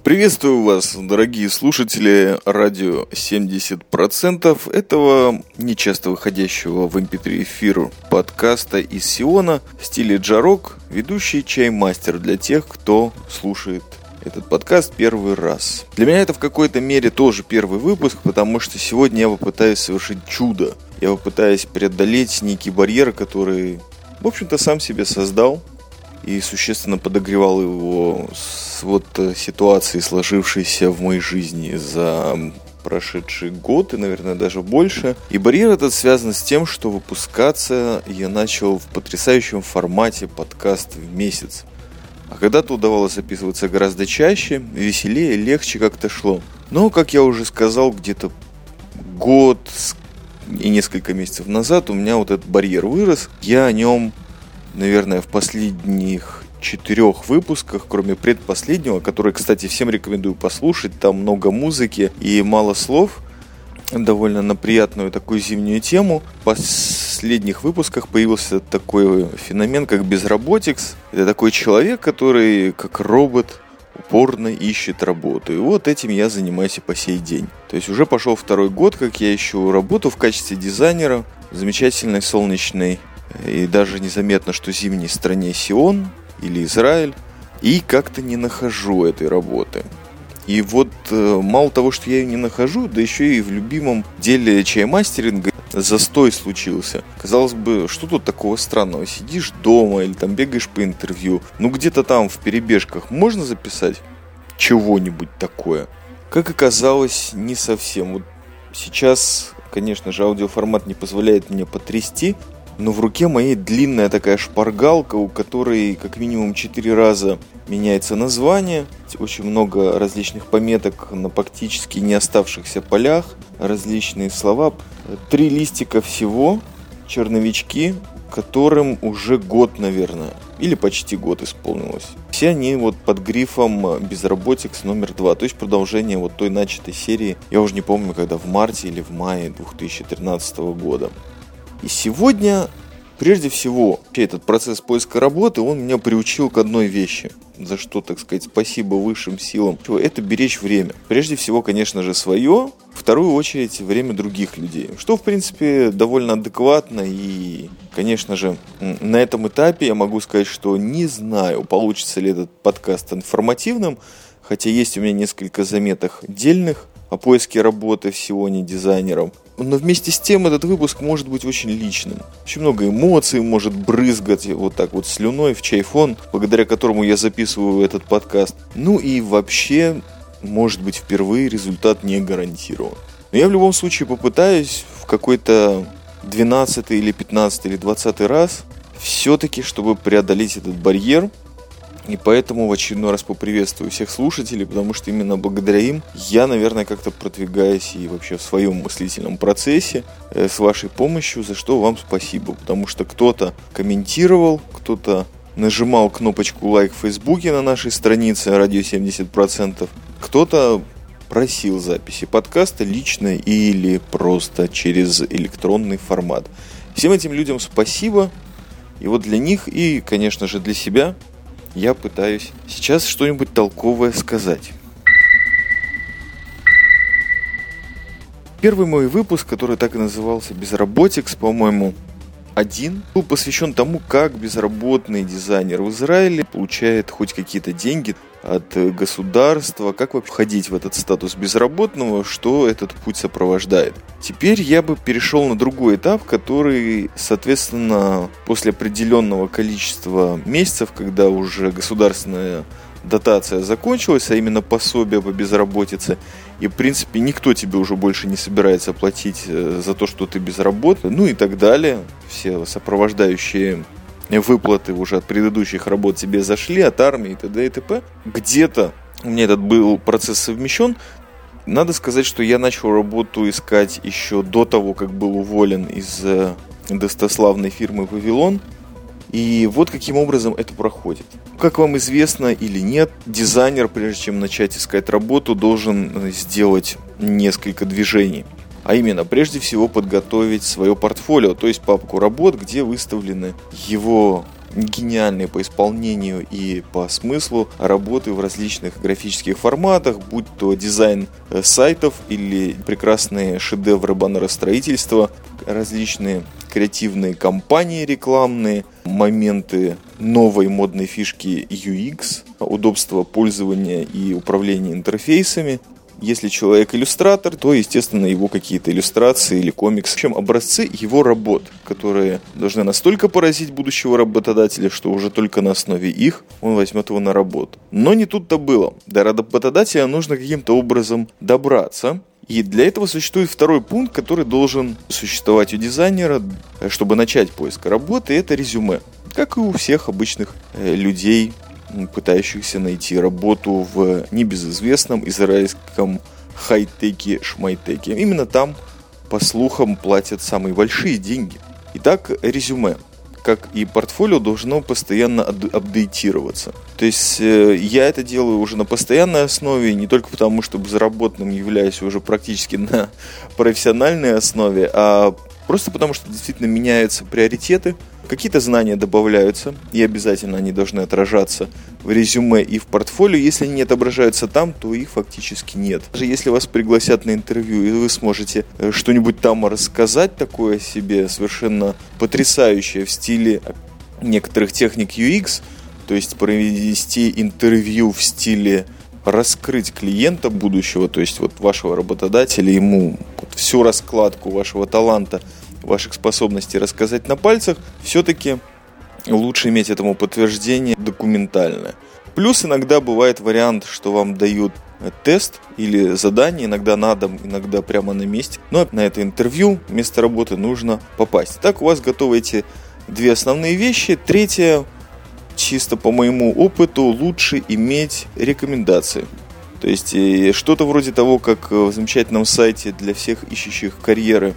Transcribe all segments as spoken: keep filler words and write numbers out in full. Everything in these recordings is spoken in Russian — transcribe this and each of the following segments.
Приветствую вас, дорогие слушатели радио семьдесят процентов, этого нечасто выходящего в эм пэ три эфир подкаста из Сиона в стиле джарок, ведущий чаймастер для тех, кто слушает этот подкаст первый раз. Для меня это в какой-то мере тоже первый выпуск, потому что сегодня я попытаюсь совершить чудо. Я попытаюсь преодолеть некий барьер, который, в общем-то, сам себе создал. И существенно подогревал его с вот ситуацией, сложившейся в моей жизни за прошедший год и, наверное, даже больше. И барьер этот связан с тем, что выпускаться я начал в потрясающем формате подкаст в месяц. А когда-то удавалось записываться гораздо чаще, веселее, легче как-то шло. Но, как я уже сказал, где-то год и несколько месяцев назад у меня вот этот барьер вырос. Я о нем... Наверное, в последних четырех выпусках, кроме предпоследнего, который, кстати, всем рекомендую послушать, там много музыки и мало слов, довольно на приятную такую зимнюю тему. В последних выпусках появился такой феномен, как безработикс. Это такой человек, который, как робот, упорно ищет работу. И вот этим я занимаюсь и по сей день. То есть уже пошел второй год, как я ищу работу в качестве дизайнера в замечательной солнечной и даже незаметно, что зимней стране Сион или Израиль, и как-то не нахожу этой работы. И вот э, мало того, что я ее не нахожу, да еще и в любимом деле чаймастеринга застой случился. Казалось бы, что тут такого странного? Сидишь дома или там бегаешь по интервью, ну где-то там в перебежках можно записать чего-нибудь такое? Как оказалось, не совсем. Вот сейчас, конечно же, аудиоформат не позволяет мне потрясти, но в руке моей длинная такая шпаргалка, у которой как минимум четыре раза меняется название, очень много различных пометок на практически не оставшихся полях, различные слова, три листика всего, черновички, которым уже год, наверное, или почти год исполнилось. Все они вот под грифом «Безработикс номер два», то есть продолжение вот той начатой серии, я уже не помню, когда в марте или в мае две тысячи тринадцатого года. И сегодня, прежде всего, этот процесс поиска работы, он меня приучил к одной вещи, за что, так сказать, спасибо высшим силам. Это беречь время. Прежде всего, конечно же, свое, в вторую очередь, время других людей. Что, в принципе, довольно адекватно. И, конечно же, на этом этапе я могу сказать, что не знаю, получится ли этот подкаст информативным, хотя есть у меня несколько заметок дельных о поиске работы в Сионе дизайнером. Но вместе с тем этот выпуск может быть очень личным. Очень много эмоций может брызгать вот так вот слюной в чайфон, благодаря которому я записываю этот подкаст. Ну и вообще, может быть, впервые результат не гарантирован. Но я в любом случае попытаюсь в какой-то двенадцатый или пятнадцатый или двадцатый раз все-таки, чтобы преодолеть этот барьер. И поэтому в очередной раз поприветствую всех слушателей, потому что именно благодаря им я, наверное, как-то продвигаюсь и вообще в своем мыслительном процессе э, с вашей помощью, за что вам спасибо. Потому что кто-то комментировал, кто-то нажимал кнопочку лайк в Фейсбуке на нашей странице радио семьдесят процентов, кто-то просил записи подкаста лично или просто через электронный формат. Всем этим людям спасибо. И вот для них и, конечно же, для себя я пытаюсь сейчас что-нибудь толковое сказать. Первый мой выпуск, который так и назывался «Безработикс», по-моему, один, был посвящен тому, как безработный дизайнер в Израиле получает хоть какие-то деньги от государства, как вообще входить в этот статус безработного, что этот путь сопровождает. Теперь я бы перешел на другой этап, который, соответственно, после определенного количества месяцев, когда уже государственная дотация закончилась, а именно пособие по безработице, и, в принципе, никто тебе уже больше не собирается платить за то, что ты безработный, ну и так далее. Все сопровождающие выплаты уже от предыдущих работ тебе зашли, от армии и т.д. и т.п. Где-то у меня этот был процесс совмещен. Надо сказать, что я начал работу искать еще до того, как был уволен из достославной фирмы «Вавилон». И вот каким образом это проходит. Как вам известно или нет, дизайнер, прежде чем начать искать работу, должен сделать несколько движений. А именно, прежде всего, подготовить свое портфолио, то есть папку работ, где выставлены его гениальные по исполнению и по смыслу работы в различных графических форматах, будь то дизайн сайтов или прекрасные шедевры баннеростроительства, различные креативные кампании рекламные, моменты новой модной фишки ю экс, удобство пользования и управления интерфейсами. Если человек иллюстратор, то, естественно, его какие-то иллюстрации или комиксы. В общем, образцы его работ, которые должны настолько поразить будущего работодателя, что уже только на основе их он возьмет его на работу. Но не тут-то было. До работодателя нужно каким-то образом добраться. И для этого существует второй пункт, который должен существовать у дизайнера, чтобы начать поиск работы, это резюме. Как и у всех обычных людей, пытающихся найти работу в небезызвестном израильском хай-теке, шмай-теке. Именно там, по слухам, платят самые большие деньги. Итак, резюме, как и портфолио, должно постоянно апдейтироваться. То есть я это делаю уже на постоянной основе, не только потому, что безработным являюсь уже практически на профессиональной основе, а просто потому, что действительно меняются приоритеты. Какие-то знания добавляются, и обязательно они должны отражаться в резюме и в портфолио. Если они не отображаются там, то их фактически нет. Даже если вас пригласят на интервью, и вы сможете что-нибудь там рассказать такое о себе, совершенно потрясающее в стиле некоторых техник ю экс, то есть провести интервью в стиле раскрыть клиента будущего, то есть вот вашего работодателя, ему вот всю раскладку вашего таланта, ваших способностей рассказать на пальцах, все-таки лучше иметь этому подтверждение документальное. Плюс иногда бывает вариант, что вам дают тест или задание, иногда на дом, иногда прямо на месте. Но на это интервью, место работы нужно попасть. Так у вас готовы эти две основные вещи. Третье, чисто по моему опыту, лучше иметь рекомендации. То есть что-то вроде того, как в замечательном сайте для всех ищущих карьеры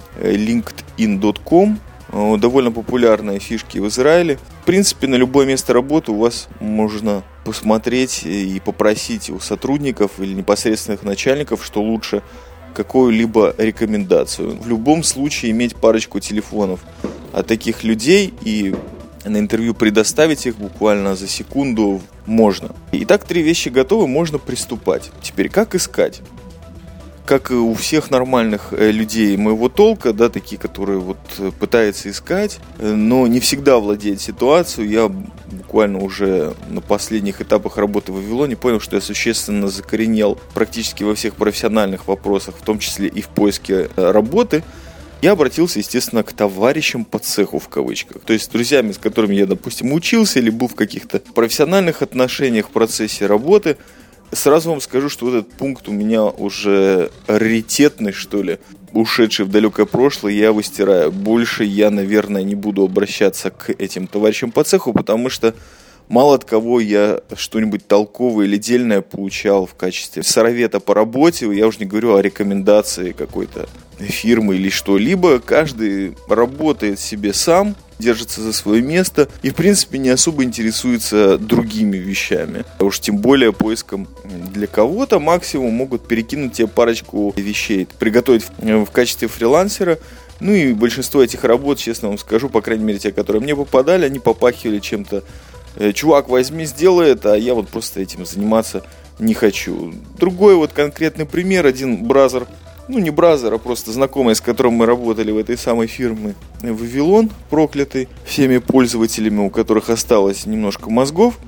линкдин точка ком, довольно популярные фишки в Израиле. В принципе, на любое место работы у вас можно посмотреть и попросить у сотрудников или непосредственных начальников, что лучше какую-либо рекомендацию. В любом случае иметь парочку телефонов от таких людей и на интервью предоставить их буквально за секунду можно. Итак, три вещи готовы, можно приступать. Теперь, как искать? Как и у всех нормальных людей моего толка, да, такие, которые вот пытаются искать, но не всегда владеют ситуацией. Я буквально уже на последних этапах работы в Вавилоне понял, что я существенно закоренел практически во всех профессиональных вопросах, в том числе и в поиске работы. Я обратился, естественно, к товарищам по цеху, в кавычках. То есть друзьями, с которыми я, допустим, учился или был в каких-то профессиональных отношениях в процессе работы. Сразу вам скажу, что вот этот пункт у меня уже раритетный, что ли, ушедший в далекое прошлое, я его стираю. Больше я, наверное, не буду обращаться к этим товарищам по цеху, потому что мало от кого я что-нибудь толковое или дельное получал в качестве совета по работе. Я уже не говорю о рекомендации какой-то фирмы или что-либо. Каждый работает себе сам, держится за свое место и, в принципе, не особо интересуется другими вещами. А уж тем более поиском для кого-то максимум могут перекинуть тебе парочку вещей, приготовить в качестве фрилансера. Ну и большинство этих работ, честно вам скажу, по крайней мере те, которые мне попадали, они попахивали чем-то. Чувак, возьми, сделай это, а я вот просто этим заниматься не хочу. Другой вот конкретный пример, один бразер, ну не бразер, а просто знакомый, с которым мы работали в этой самой фирме Вавилон, проклятый всеми пользователями, у которых осталось немножко мозгов.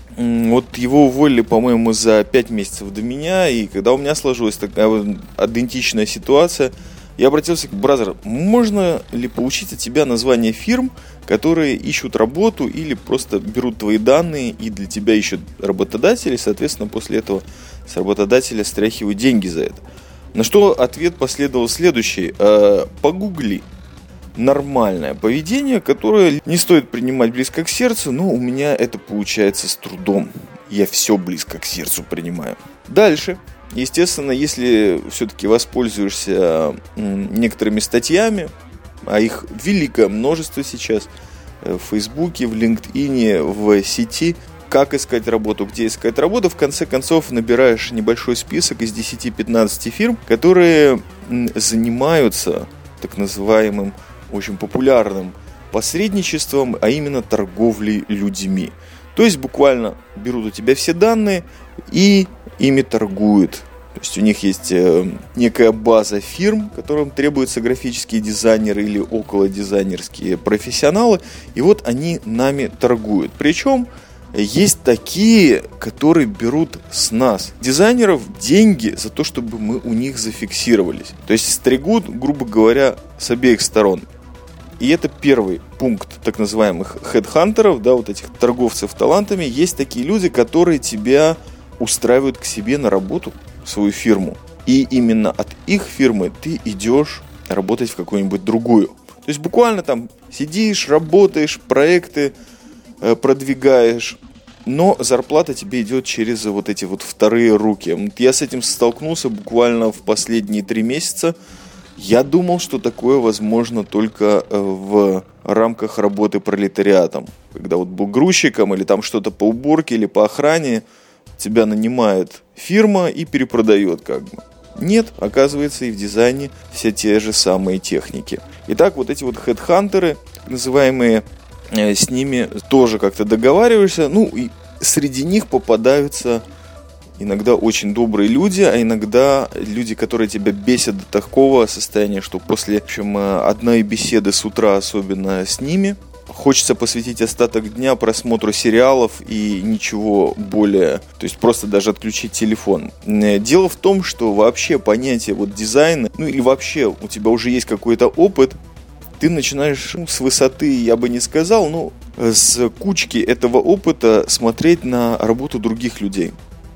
Вот его уволили, по-моему, за пять месяцев до меня, и когда у меня сложилась такая вот идентичная ситуация, я обратился к бразеру: можно ли получить от тебя название фирм, которые ищут работу или просто берут твои данные и для тебя ищут работодатели, соответственно, после этого с работодателя стряхивают деньги за это. На что ответ последовал следующий: э, погугли. Нормальное поведение, которое не стоит принимать близко к сердцу, но у меня это получается с трудом. Я все близко к сердцу принимаю. Дальше. Естественно, если все-таки воспользуешься некоторыми статьями, а их великое множество сейчас в Фейсбуке, в LinkedIn, в сети, как искать работу, где искать работу, в конце концов набираешь небольшой список из десяти-пятнадцати фирм, которые занимаются так называемым, очень популярным посредничеством, а именно торговлей людьми. То есть буквально берут у тебя все данные и ими торгуют. То есть у них есть э, некая база фирм, которым требуются графические дизайнеры или околодизайнерские профессионалы. И вот они нами торгуют. Причем есть такие, которые берут с нас, дизайнеров, деньги за то, чтобы мы у них зафиксировались. То есть стригут, грубо говоря, с обеих сторон. И это первый пункт так называемых хедхантеров, да, вот этих торговцев талантами. Есть такие люди, которые тебя устраивают к себе на работу, в свою фирму. И именно от их фирмы ты идешь работать в какую-нибудь другую. То есть буквально там сидишь, работаешь, проекты э, продвигаешь, но зарплата тебе идет через вот эти вот вторые руки. Я с этим столкнулся буквально в последние три месяца. Я думал, что такое возможно только в рамках работы пролетариатом. Когда вот был грузчиком или там что-то по уборке или по охране, тебя нанимает фирма и перепродает как бы. Нет, оказывается, и в дизайне все те же самые техники. Итак, вот эти вот хедхантеры, называемые, с ними тоже как-то договариваешься. Ну, и среди них попадаются иногда очень добрые люди, а иногда люди, которые тебя бесят до такого состояния, что после, в общем, одной беседы с утра, особенно с ними, хочется посвятить остаток дня просмотру сериалов и ничего более, то есть просто даже отключить телефон. Дело в том, что вообще понятие вот дизайна, ну или вообще у тебя уже есть какой-то опыт, ты начинаешь ну, с высоты, я бы не сказал, но с кучки этого опыта смотреть на работу других людей.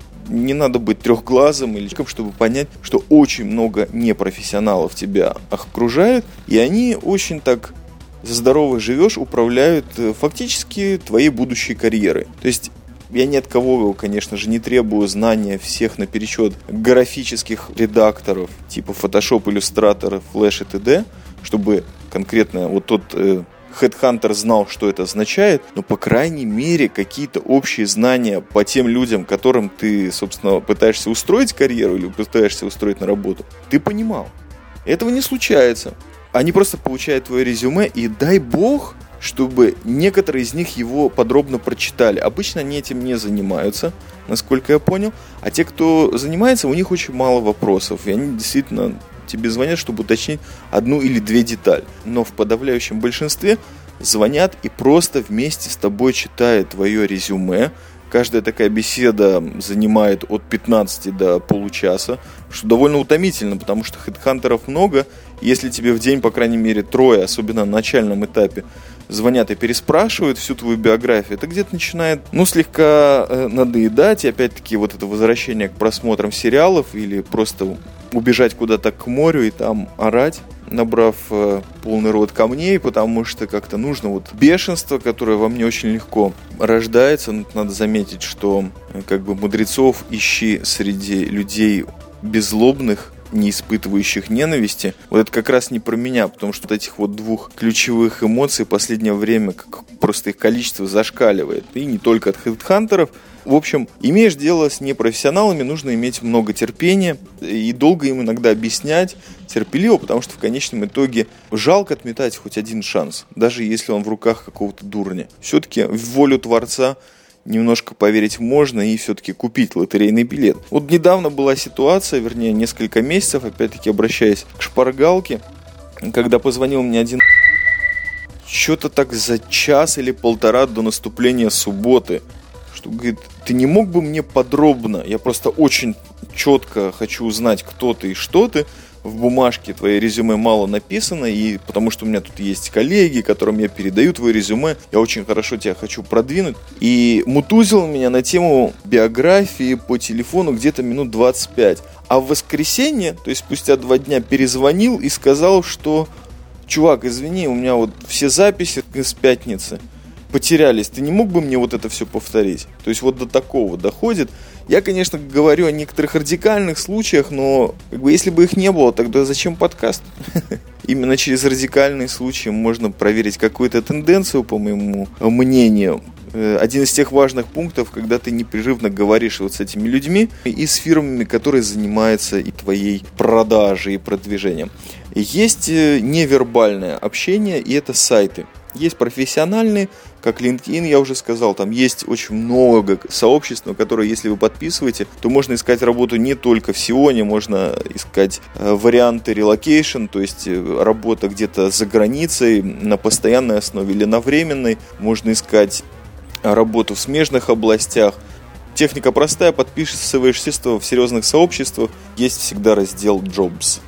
Не надо быть трехглазым или чтобы понять, что очень много непрофессионалов тебя окружают, и они очень так здорово живешь, управляют фактически твоей будущей карьерой. То есть я ни от кого, конечно же, не требую знания всех наперечет графических редакторов типа Photoshop, Illustrator, Flash и т.д., чтобы конкретно вот тот э, хедхантер знал, что это означает, но, по крайней мере, какие-то общие знания по тем людям, которым ты, собственно, пытаешься устроить карьеру или пытаешься устроить на работу, ты понимал. Этого не случается. Они просто получают твое резюме, и дай бог, чтобы некоторые из них его подробно прочитали. Обычно они этим не занимаются, насколько я понял. А те, кто занимается, у них очень мало вопросов. И они действительно тебе звонят, чтобы уточнить одну или две детали. Но в подавляющем большинстве звонят и просто вместе с тобой читают твое резюме. Каждая такая беседа занимает от пятнадцати до получаса, что довольно утомительно, потому что хедхантеров много. Если тебе в день, по крайней мере, трое, особенно на начальном этапе, звонят и переспрашивают всю твою биографию, это где-то начинает, ну, слегка э, надоедать. И опять-таки вот это возвращение к просмотрам сериалов или просто убежать куда-то к морю и там орать, набрав э, полный рот камней, потому что как-то нужно вот бешенство, которое во мне очень легко рождается. Ну, надо заметить, что э, как бы мудрецов ищи среди людей беззлобных, не испытывающих ненависти. Вот это как раз не про меня, потому что вот этих вот двух ключевых эмоций в последнее время как просто их количество зашкаливает. И не только от хедхантеров. В общем, имеешь дело с непрофессионалами, нужно иметь много терпения и долго им иногда объяснять, терпеливо, потому что в конечном итоге жалко отметать хоть один шанс, даже если он в руках какого-то дурня. Все-таки в волю Творца немножко поверить можно и все-таки купить лотерейный билет. Вот недавно была ситуация, вернее несколько месяцев, опять-таки обращаясь к шпаргалке, когда позвонил мне один что-то так за час или полтора до наступления субботы, что говорит, ты не мог бы мне подробно, я просто очень четко хочу узнать, кто ты и что ты. В бумажке твое резюме мало написано, и потому что у меня тут есть коллеги, которым я передаю твое резюме, я очень хорошо тебя хочу продвинуть. И мутузил меня на тему биографии по телефону где-то минут двадцать пять. А в воскресенье, то есть спустя два дня, перезвонил и сказал, что чувак, извини, у меня вот все записи с пятницы потерялись, ты не мог бы мне вот это все повторить? То есть вот до такого доходит. Я, конечно, говорю о некоторых радикальных случаях, но как бы, если бы их не было, тогда зачем подкаст? Именно через радикальные случаи можно проверить какую-то тенденцию, по моему мнению. Один из тех важных пунктов, когда ты непрерывно говоришь вот с этими людьми и с фирмами, которые занимаются и твоей продажей, и продвижением. Есть невербальное общение, и это сайты. Есть профессиональные, как LinkedIn, я уже сказал, там есть очень много сообществ, на которые, если вы подписываете, то можно искать работу не только в Сионе, можно искать э, варианты relocation, то есть э, работа где-то за границей на постоянной основе или на временной, можно искать работу в смежных областях. Техника простая, подписываешься в серьезных сообществах, есть всегда раздел Jobs.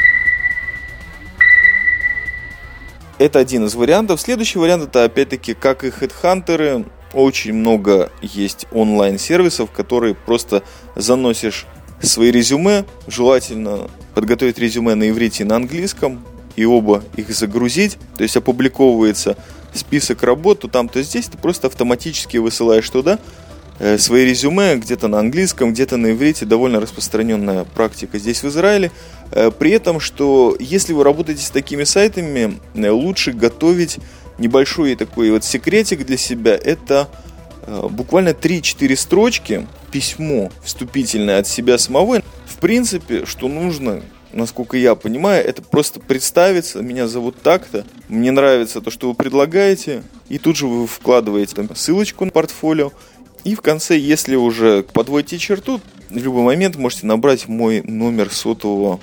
Это один из вариантов. Следующий вариант — это опять-таки, как и хедхантеры, очень много есть онлайн-сервисов, которые просто заносишь свои резюме. Желательно подготовить резюме на иврите и на английском, и оба их загрузить. То есть опубликовывается список работ, то там, то здесь, ты просто автоматически высылаешь туда свои резюме, где-то на английском, где-то на иврите. Довольно распространенная практика здесь в Израиле. При этом, что если вы работаете с такими сайтами, лучше готовить небольшой такой вот секретик для себя. Это буквально три-четыре строчки, письмо вступительное от себя самого. В принципе, что нужно, насколько я понимаю, это просто представиться: меня зовут так-то, мне нравится то, что вы предлагаете, и тут же вы вкладываете там ссылочку на портфолио. И в конце, если уже подводите черту, в любой момент можете набрать мой номер сотового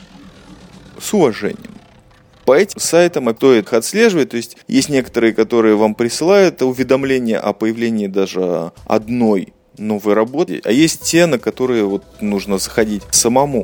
с уважением. По этим сайтам, а кто их отслеживает, то есть есть некоторые, которые вам присылают уведомления о появлении даже одной новой работы, а есть те, на которые вот нужно заходить самому.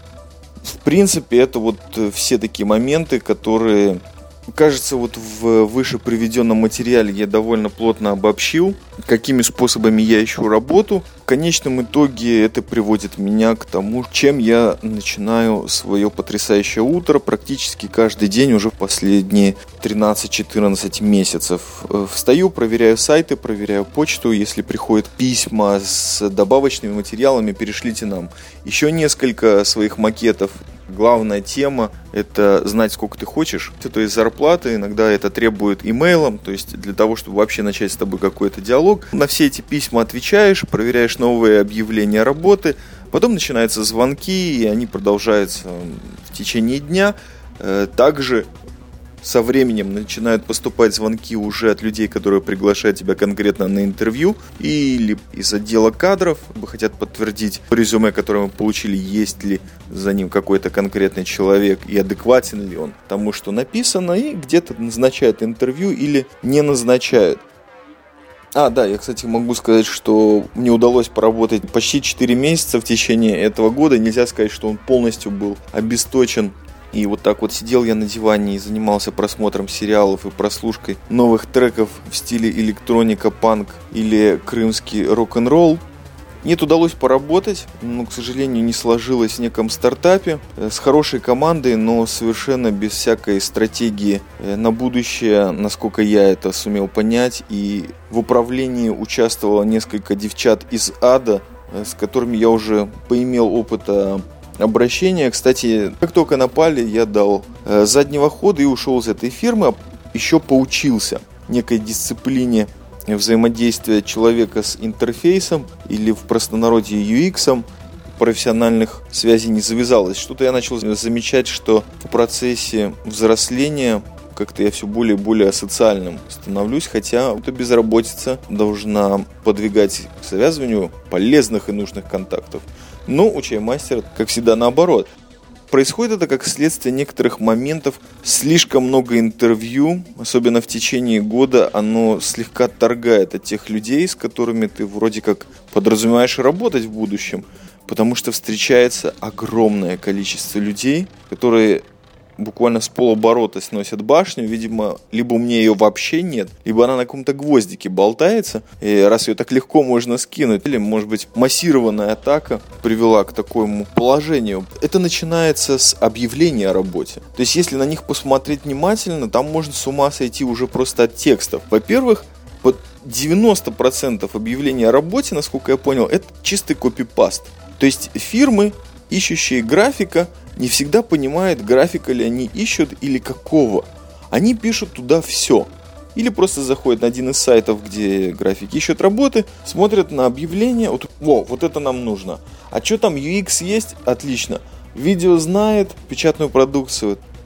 В принципе, это вот все такие моменты, которые, кажется, вот в выше приведенном материале я довольно плотно обобщил, какими способами я ищу работу. В конечном итоге это приводит меня к тому, чем я начинаю свое потрясающее утро практически каждый день уже последние тринадцать-четырнадцать месяцев. Встаю, проверяю сайты, проверяю почту. Если приходят письма с добавочными материалами, перешлите нам еще несколько своих макетов. Главная тема – это знать, сколько ты хочешь. То есть зарплата, иногда это требует имейлом, то есть для того, чтобы вообще начать с тобой какой-то диалог. На все эти письма отвечаешь, проверяешь новые объявления работы, потом начинаются звонки, и они продолжаются в течение дня. Также со временем начинают поступать звонки уже от людей, которые приглашают тебя конкретно на интервью, или из отдела кадров, хотят подтвердить резюме, которое мы получили, есть ли за ним какой-то конкретный человек и адекватен ли он тому, что написано, и где-то назначают интервью или не назначают. А, да, я, кстати, могу сказать, что мне удалось поработать почти четыре месяца в течение этого года. Нельзя сказать, что он полностью был обесточен. И вот так вот сидел я на диване и занимался просмотром сериалов и прослушкой новых треков в стиле электроника, панк или крымский рок-н-ролл. Нет, удалось поработать, но, к сожалению, не сложилось в неком стартапе с хорошей командой, но совершенно без всякой стратегии на будущее, насколько я это сумел понять. И в управлении участвовало несколько девчат из ада, с которыми я уже поимел опыта обращения. Кстати, как только напали, я дал э, заднего хода и ушел из этой фирмы. Еще поучился некой дисциплине взаимодействия человека с интерфейсом, или в простонародье ю экс. Профессиональных связей не завязалось. Что-то я начал замечать, что в процессе взросления как-то я все более и более асоциальным становлюсь, хотя эта безработица должна подвигать к завязыванию полезных и нужных контактов. Но у чаймастера, как всегда, наоборот. Происходит это как следствие некоторых моментов. Слишком много интервью, особенно в течение года, оно слегка отторгает от тех людей, с которыми ты вроде как подразумеваешь работать в будущем. Потому что встречается огромное количество людей, которые буквально с полоборота сносят башню. Видимо, либо у меня ее вообще нет, либо она на каком-то гвоздике болтается, и раз ее так легко можно скинуть, или, может быть, массированная атака привела к такому положению. Это начинается с объявления о работе. То есть, если на них посмотреть внимательно, там можно с ума сойти уже просто от текстов. Во-первых, под девяносто процентов объявлений о работе, насколько я понял, это чистый копипаст. То есть, фирмы, ищущие графика, не всегда понимают, графика ли они ищут или какого. Они пишут туда все. Или просто заходят на один из сайтов, где графики ищут работы, смотрят на объявление. Вот, во, вот это нам нужно. А что там, ю экс есть? Отлично. Видео знает, печатную продукцию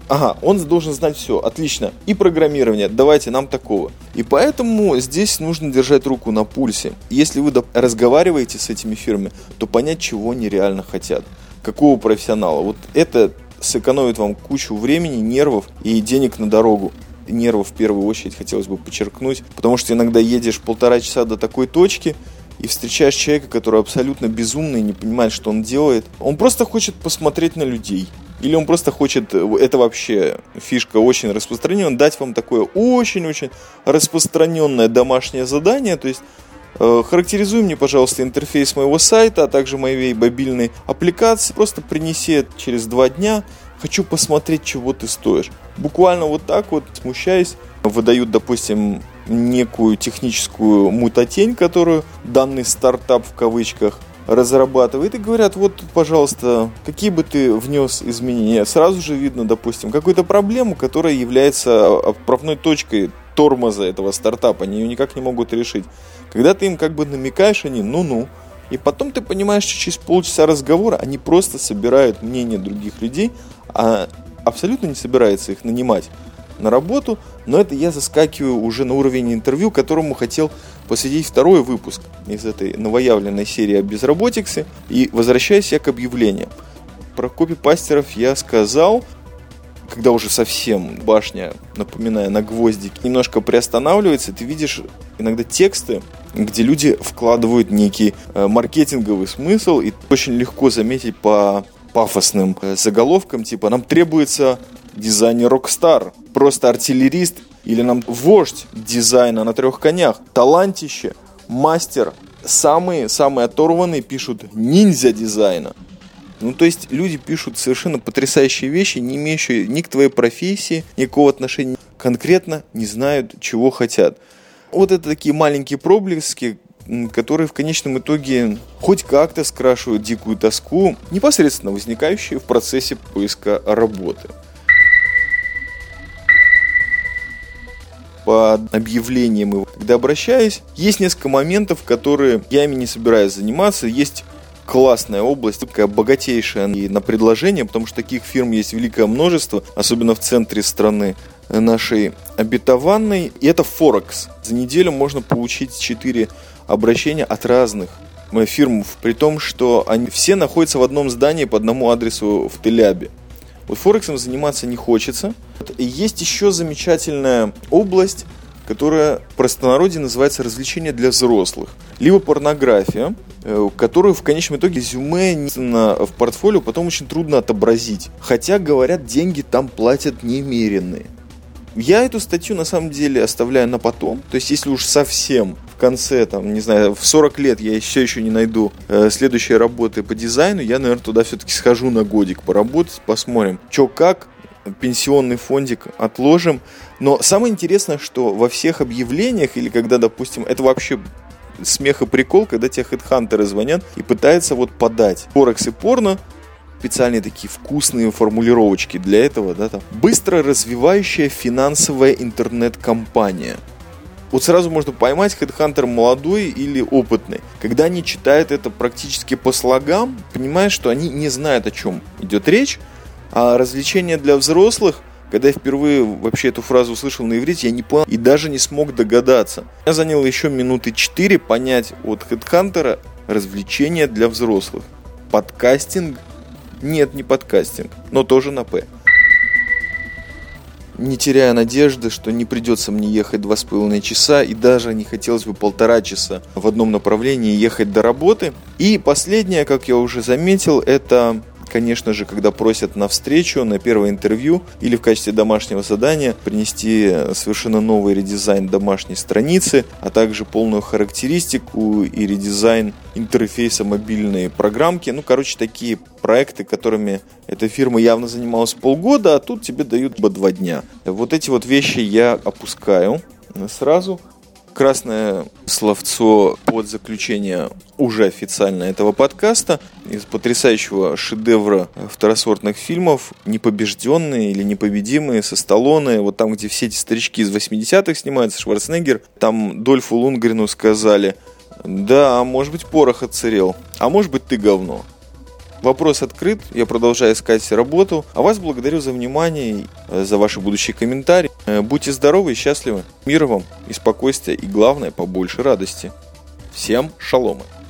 Ага, он должен знать все, отлично. И программирование, давайте нам такого. И поэтому здесь нужно держать руку на пульсе. Если вы разговариваете с этими фирмами, то понять, чего они реально хотят. Какого профессионала. Вот это сэкономит вам кучу времени, нервов и денег на дорогу. Нервов в первую очередь хотелось бы подчеркнуть, потому что иногда едешь полтора часа до такой точки и встречаешь человека, который абсолютно безумный, не понимает, что он делает. Он просто хочет посмотреть на людей. Или он просто хочет, это вообще фишка очень распространенная, дать вам такое очень-очень распространенное домашнее задание. То есть э, характеризуй мне, пожалуйста, интерфейс моего сайта, а также моей мобильной аппликации. Просто принеси это через два дня. Хочу посмотреть, чего ты стоишь. Буквально вот так вот, смущаясь, выдают, допустим, некую техническую мутатень, которую данный стартап в кавычках разрабатывает, и говорят, вот, пожалуйста, какие бы ты внес изменения. Сразу же видно, допустим, какую-то проблему, которая является отправной точкой тормоза этого стартапа. Они ее никак не могут решить. Когда ты им как бы намекаешь, они ну-ну. И потом ты понимаешь, что через полчаса разговора они просто собирают мнение других людей, а абсолютно не собираются их нанимать на работу. Но это я заскакиваю уже на уровень интервью, которому хотел посвятить второй выпуск из этой новоявленной серии о безработице. И возвращаясь я к объявлениям. Про копипастеров я сказал, когда уже совсем башня, напоминая на гвоздике, немножко приостанавливается, ты видишь иногда тексты, где люди вкладывают некий э, маркетинговый смысл, и очень легко заметить по пафосным э, заголовкам, типа «Нам требуется дизайнер-рокстар», «Просто артиллерист» или «Нам вождь дизайна на трех конях», «Талантище», «Мастер». Самые-самые оторванные пишут «Ниндзя дизайна». Ну, то есть люди пишут совершенно потрясающие вещи, не имеющие ни к твоей профессии, никакого отношения, конкретно не знают, чего хотят. Вот это такие маленькие проблески, которые в конечном итоге хоть как-то скрашивают дикую тоску, непосредственно возникающую в процессе поиска работы. По объявлениям, когда обращаюсь, есть несколько моментов, которые я ими не собираюсь заниматься. Есть классная область, такая богатейшая на предложение, потому что таких фирм есть великое множество, особенно в центре страны нашей обетованной. И это Форекс. За неделю можно получить четыре обращения от разных фирм, при том, что они все находятся в одном здании по одному адресу в Тель-Авиве. Вот Форексом заниматься не хочется. И есть еще замечательная область, которая в простонародье называется развлечение для взрослых. Либо порнография, которую в конечном итоге резюме в портфолио потом очень трудно отобразить. Хотя, говорят, деньги там платят немеренные. Я эту статью на самом деле оставляю на потом. То есть, если уж совсем в конце, там, не знаю, в сорок лет я все еще не найду э, следующей работы по дизайну, я, наверное, туда все-таки схожу на годик поработать, посмотрим, что как, пенсионный фондик отложим. Но самое интересное, что во всех объявлениях, или когда, допустим, это вообще смех и прикол, когда тебе хедхантеры звонят и пытаются вот подать Форекс и порно, специальные такие вкусные формулировочки для этого, да, там. Быстро развивающая финансовая интернет-компания. Вот сразу можно поймать, хедхантер молодой или опытный. Когда они читают это практически по слогам, понимаешь, что они не знают, о чем идет речь. А развлечения для взрослых, когда я впервые вообще эту фразу услышал на иврите, я не понял и даже не смог догадаться. Я заняло еще минуты четыре понять от хедхантера развлечения для взрослых. Подкастинг? Нет, не подкастинг, но тоже на «П». Не теряя надежды, что не придется мне ехать два с половиной часа, и даже не хотелось бы полтора часа в одном направлении ехать до работы. И последнее, как я уже заметил, это, конечно же, когда просят на встречу, на первое интервью или в качестве домашнего задания принести совершенно новый редизайн домашней страницы, а также полную характеристику и редизайн интерфейса мобильной программки. Ну, короче, такие проекты, которыми эта фирма явно занималась полгода, а тут тебе дают два дня. Вот эти вот вещи я опускаю сразу. Красное словцо под заключение уже официально этого подкаста из потрясающего шедевра второсортных фильмов «Непобежденные» или «Непобедимые» со Сталлоне. Вот там, где все эти старички из восьмидесятых снимаются, Шварценеггер, там Дольфу Лундгрену сказали: да, может быть, порох отсырел, а может быть, ты говно. Вопрос открыт, я продолжаю искать работу. А вас благодарю за внимание, за ваши будущие комментарии. Будьте здоровы и счастливы. Мира вам и спокойствия, и главное, побольше радости. Всем шаломы.